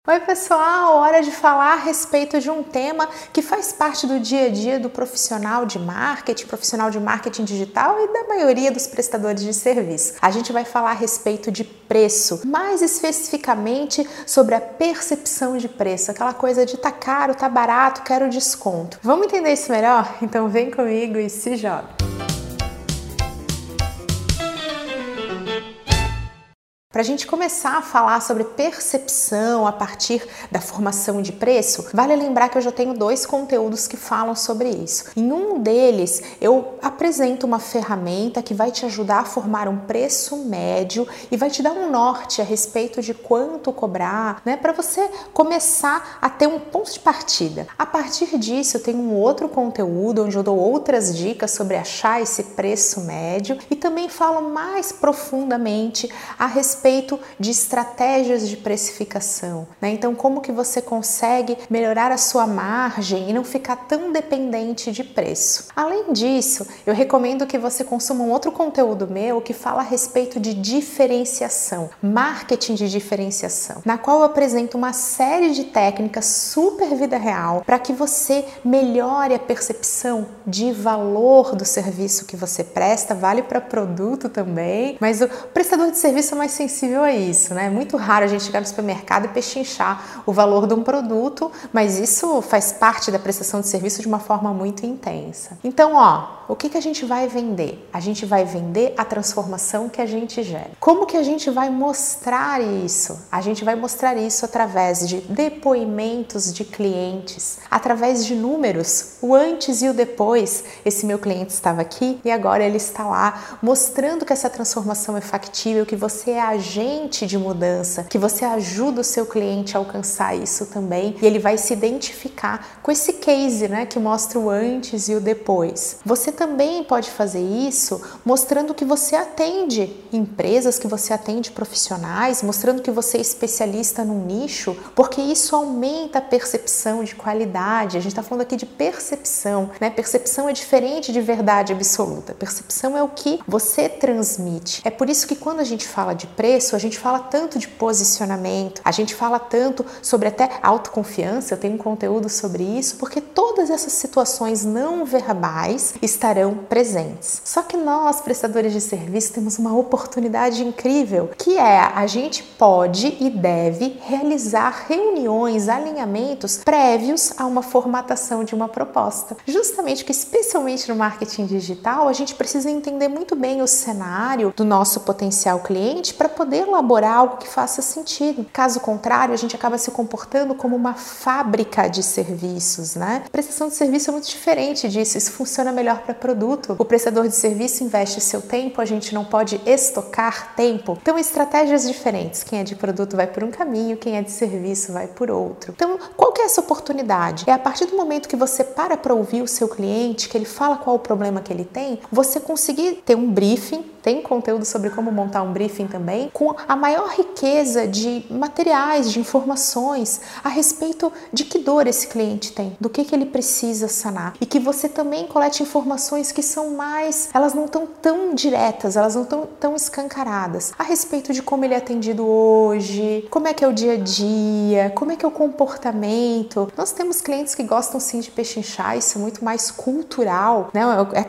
Oi pessoal, hora de falar a respeito de um tema que faz parte do dia a dia do profissional de marketing digital e da maioria dos prestadores de serviço. A gente vai falar a respeito de preço, mais especificamente sobre a percepção de preço, aquela coisa de tá caro, tá barato, quero desconto. Vamos entender isso melhor? Então vem comigo e se joga! Para a gente começar a falar sobre percepção a partir da formação de preço, vale lembrar que eu já tenho dois conteúdos que falam sobre isso. Em um deles, eu apresento uma ferramenta que vai te ajudar a formar um preço médio e vai te dar um norte a respeito de quanto cobrar, né, para você começar a ter um ponto de partida. A partir disso, eu tenho um outro conteúdo onde eu dou outras dicas sobre achar esse preço médio e também falo mais profundamente a respeito de estratégias de precificação, né? Então, como que você consegue melhorar a sua margem e não ficar tão dependente de preço. Além disso, eu recomendo que você consuma um outro conteúdo meu que fala a respeito de diferenciação, marketing de diferenciação, na qual eu apresento uma série de técnicas super vida real para que você melhore a percepção de valor do serviço que você presta, vale para produto também, mas o prestador de serviço é mais sensível a isso, né? É muito raro a gente chegar no supermercado e pechinchar o valor de um produto, mas isso faz parte da prestação de serviço de uma forma muito intensa. Então, o que a gente vai vender? A gente vai vender a transformação que a gente gera. Como que a gente vai mostrar isso? A gente vai mostrar isso através de depoimentos de clientes, através de números, o antes e o depois. Esse meu cliente estava aqui e agora ele está lá, mostrando que essa transformação é factível, que você é agente de mudança, que você ajuda o seu cliente a alcançar isso também e ele vai se identificar com esse case, né, que mostra o antes e o depois. Você também pode fazer isso mostrando que você atende empresas, que você atende profissionais, mostrando que você é especialista num nicho, porque isso aumenta a percepção de qualidade. A gente está falando aqui de percepção, né? Percepção é diferente de verdade absoluta. Percepção é o que você transmite. É por isso que quando a gente fala de preço, a gente fala tanto de posicionamento, a gente fala tanto sobre até autoconfiança, eu tenho um conteúdo sobre isso, porque todas essas situações não verbais estarão presentes. Só que nós, prestadores de serviço, temos uma oportunidade incrível, que é a gente pode e deve realizar reuniões, alinhamentos prévios a uma formatação de uma proposta. Justamente que, especialmente no marketing digital, a gente precisa entender muito bem o cenário do nosso potencial cliente para poder elaborar algo que faça sentido. Caso contrário, a gente acaba se comportando como uma fábrica de serviços, né? Prestação de serviço é muito diferente disso, isso funciona melhor para produto. O prestador de serviço investe seu tempo, a gente não pode estocar tempo. Então, estratégias diferentes. Quem é de produto vai por um caminho, quem é de serviço vai por outro. Então, qual que é essa oportunidade? É a partir do momento que você para ouvir o seu cliente, que ele fala qual o problema que ele tem, você conseguir ter um briefing. Tem conteúdo sobre como montar um briefing também, com a maior riqueza de materiais, de informações a respeito de que dor esse cliente tem, do que ele precisa sanar. E que você também colete informações que são mais, elas não estão tão diretas, elas não estão tão escancaradas, a respeito de como ele é atendido hoje, como é que é o dia a dia, como é que é o comportamento. Nós temos clientes que gostam sim de pechinchar, isso é muito mais cultural, né?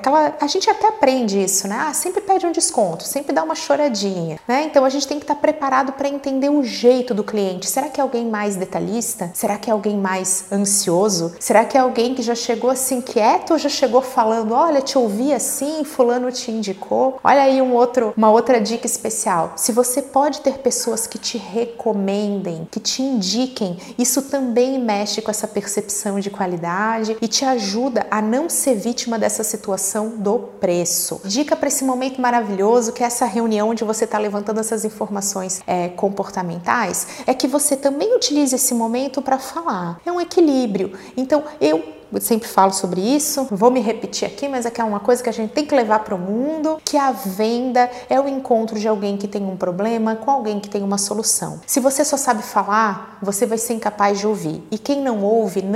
A gente até aprende isso, né? Sempre pede um desconto, sempre dá uma choradinha, né? Então a gente tem que estar preparado para entender o jeito do cliente. Será que é alguém mais detalhista? Será que é alguém mais ansioso? Será que é alguém que já chegou assim quieto ou já chegou falando, olha, te ouvi assim, fulano te indicou? Olha aí uma outra dica especial. Se você pode ter pessoas que te recomendem, que te indiquem, isso também mexe com essa percepção de qualidade e te ajuda a não ser vítima dessa situação do preço. Dica para esse momento maravilhoso, que é essa reunião onde você está levantando essas informações comportamentais, é que você também utilize esse momento para falar. É um equilíbrio. Então, eu sempre falo sobre isso, vou me repetir aqui, mas é que é uma coisa que a gente tem que levar para o mundo, que a venda é o encontro de alguém que tem um problema com alguém que tem uma solução. Se você só sabe falar, você vai ser incapaz de ouvir. E quem não ouve, não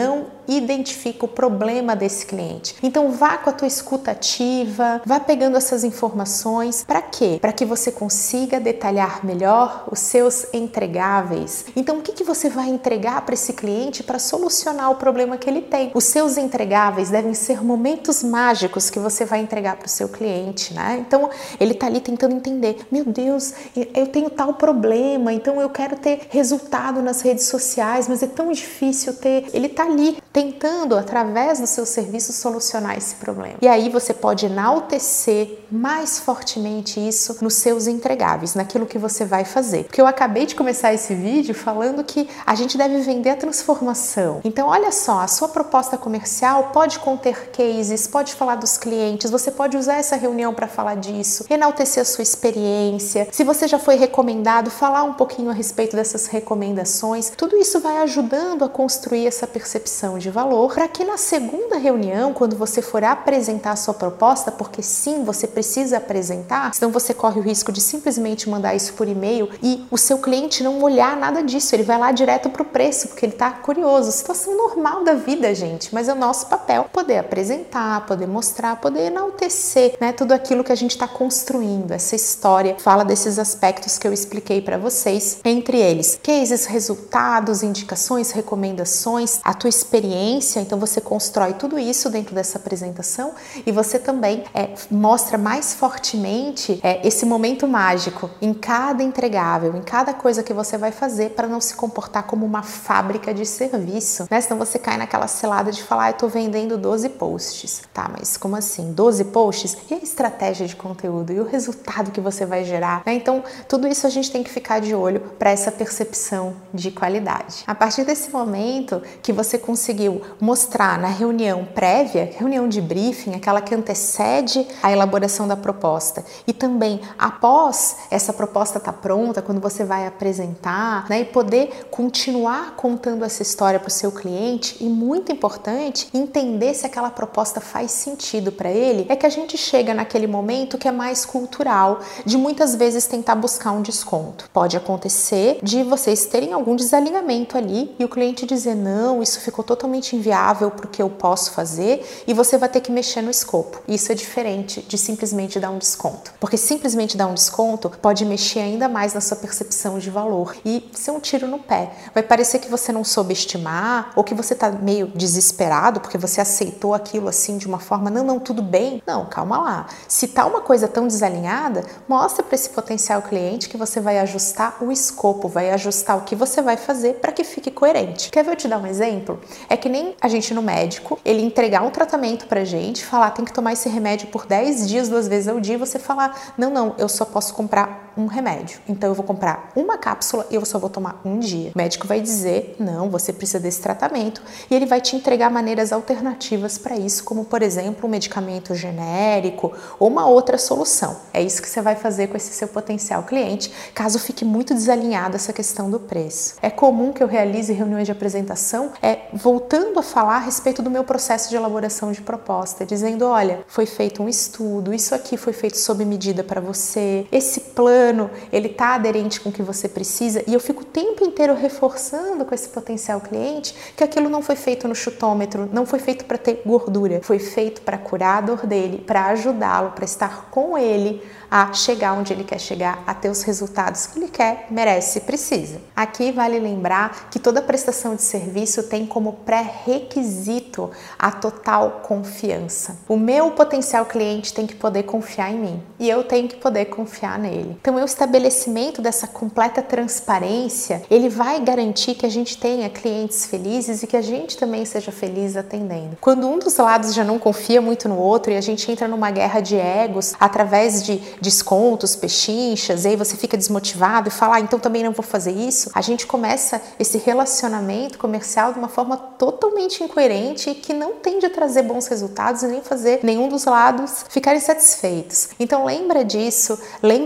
identifica o problema desse cliente. Então vá com a tua escuta ativa, vá pegando essas informações. Para quê? Para que você consiga detalhar melhor os seus entregáveis. Então o que você vai entregar para esse cliente para solucionar o problema que ele tem? Os seus entregáveis devem ser momentos mágicos que você vai entregar para o seu cliente, né? Então ele tá ali tentando entender, meu Deus, eu tenho tal problema, então eu quero ter resultado nas redes sociais, mas é tão difícil ter. Ele tá ali tentando, através do seu serviço, solucionar esse problema. E aí você pode enaltecer mais fortemente isso nos seus entregáveis, naquilo que você vai fazer. Porque eu acabei de começar esse vídeo falando que a gente deve vender a transformação. Então olha só, a sua proposta comercial pode conter cases, pode falar dos clientes, você pode usar essa reunião para falar disso, enaltecer a sua experiência. Se você já foi recomendado, falar um pouquinho a respeito dessas recomendações. Tudo isso vai ajudando a construir essa percepção de valor para que na segunda reunião, quando você for apresentar a sua proposta, porque sim, você precisa apresentar, senão você corre o risco de simplesmente mandar isso por e-mail e o seu cliente não olhar nada disso, ele vai lá direto pro preço, porque ele tá curioso. Situação normal da vida, gente, mas é o nosso papel poder apresentar, poder mostrar, poder enaltecer, né, tudo aquilo que a gente está construindo. Essa história fala desses aspectos que eu expliquei para vocês, entre eles cases, resultados, indicações, recomendações, a tua experiência. Então você constrói tudo isso dentro dessa apresentação e você também mostra mais fortemente esse momento mágico em cada entregável, em cada coisa que você vai fazer, para não se comportar como uma fábrica de serviço, né? Senão você cai naquela cilada de falar, eu tô vendendo 12 posts. Tá, mas como assim? 12 posts? E a estratégia de conteúdo? E o resultado que você vai gerar? Né? Então, tudo isso a gente tem que ficar de olho para essa percepção de qualidade. A partir desse momento que você conseguiu mostrar na reunião prévia, reunião de briefing, aquela que antecede a elaboração da proposta, e também após essa proposta estar pronta, quando você vai apresentar, né, e poder continuar contando essa história para o seu cliente, e muito importante, entender se aquela proposta faz sentido para ele, é que a gente chega naquele momento que é mais cultural, de muitas vezes tentar buscar um desconto. Pode acontecer de vocês terem algum desalinhamento ali e o cliente dizer, não, isso ficou totalmente inviável porque eu posso fazer, e você vai ter que mexer no escopo. Isso é diferente de simplesmente dar um desconto, porque simplesmente dar um desconto pode mexer ainda mais na sua percepção de valor e ser um tiro no pé. Vai parecer que você não soube estimar, ou que você tá meio desesperado porque você aceitou aquilo assim de uma forma, não, tudo bem. Não, calma lá. Se tá uma coisa tão desalinhada, mostra para esse potencial cliente que você vai ajustar o escopo, vai ajustar o que você vai fazer para que fique coerente. Quer ver eu te dar um exemplo? É que nem a gente no médico, ele entregar um tratamento pra gente, falar, tem que tomar esse remédio por 10 dias, 2 vezes ao dia, e você falar, não, eu só posso comprar um remédio. Então eu vou comprar uma cápsula e eu só vou tomar um dia. O médico vai dizer, não, você precisa desse tratamento, e ele vai te entregar maneiras alternativas para isso, como por exemplo um medicamento genérico ou uma outra solução. É isso que você vai fazer com esse seu potencial cliente, caso fique muito desalinhada essa questão do preço. É comum que eu realize reuniões de apresentação voltando a falar a respeito do meu processo de elaboração de proposta, dizendo, olha, foi feito um estudo, isso aqui foi feito sob medida para você, esse plano, ele tá aderente com o que você precisa, e eu fico o tempo inteiro reforçando com esse potencial cliente que aquilo não foi feito no chutômetro, não foi feito para ter gordura, foi feito para curar a dor dele, para ajudá-lo, para estar com ele a chegar onde ele quer chegar, a ter os resultados que ele quer, merece e precisa. Aqui vale lembrar que toda prestação de serviço tem como pré-requisito a total confiança. O meu potencial cliente tem que poder confiar em mim e eu tenho que poder confiar nele. Então, o estabelecimento dessa completa transparência, ele vai garantir que a gente tenha clientes felizes e que a gente também seja feliz atendendo. Quando um dos lados já não confia muito no outro e a gente entra numa guerra de egos através de descontos, pechinchas, e aí você fica desmotivado e fala, então também não vou fazer isso, a gente começa esse relacionamento comercial de uma forma totalmente incoerente e que não tende a trazer bons resultados e nem fazer nenhum dos lados ficarem satisfeitos. Então lembra disso, lembra dessa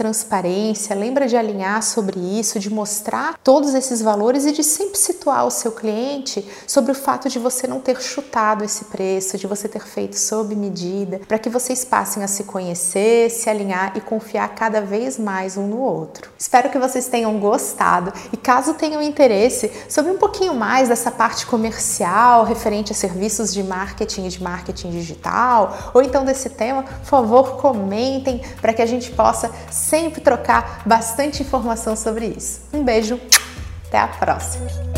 transparência, lembra de alinhar sobre isso, de mostrar todos esses valores e de sempre situar o seu cliente sobre o fato de você não ter chutado esse preço, de você ter feito sob medida, para que vocês passem a se conhecer, se alinhar e confiar cada vez mais um no outro. Espero que vocês tenham gostado e caso tenham interesse sobre um pouquinho mais dessa parte comercial referente a serviços de marketing e de marketing digital, ou então desse tema, por favor, comentem para que a gente possa sempre trocar bastante informação sobre isso. Um beijo, até a próxima!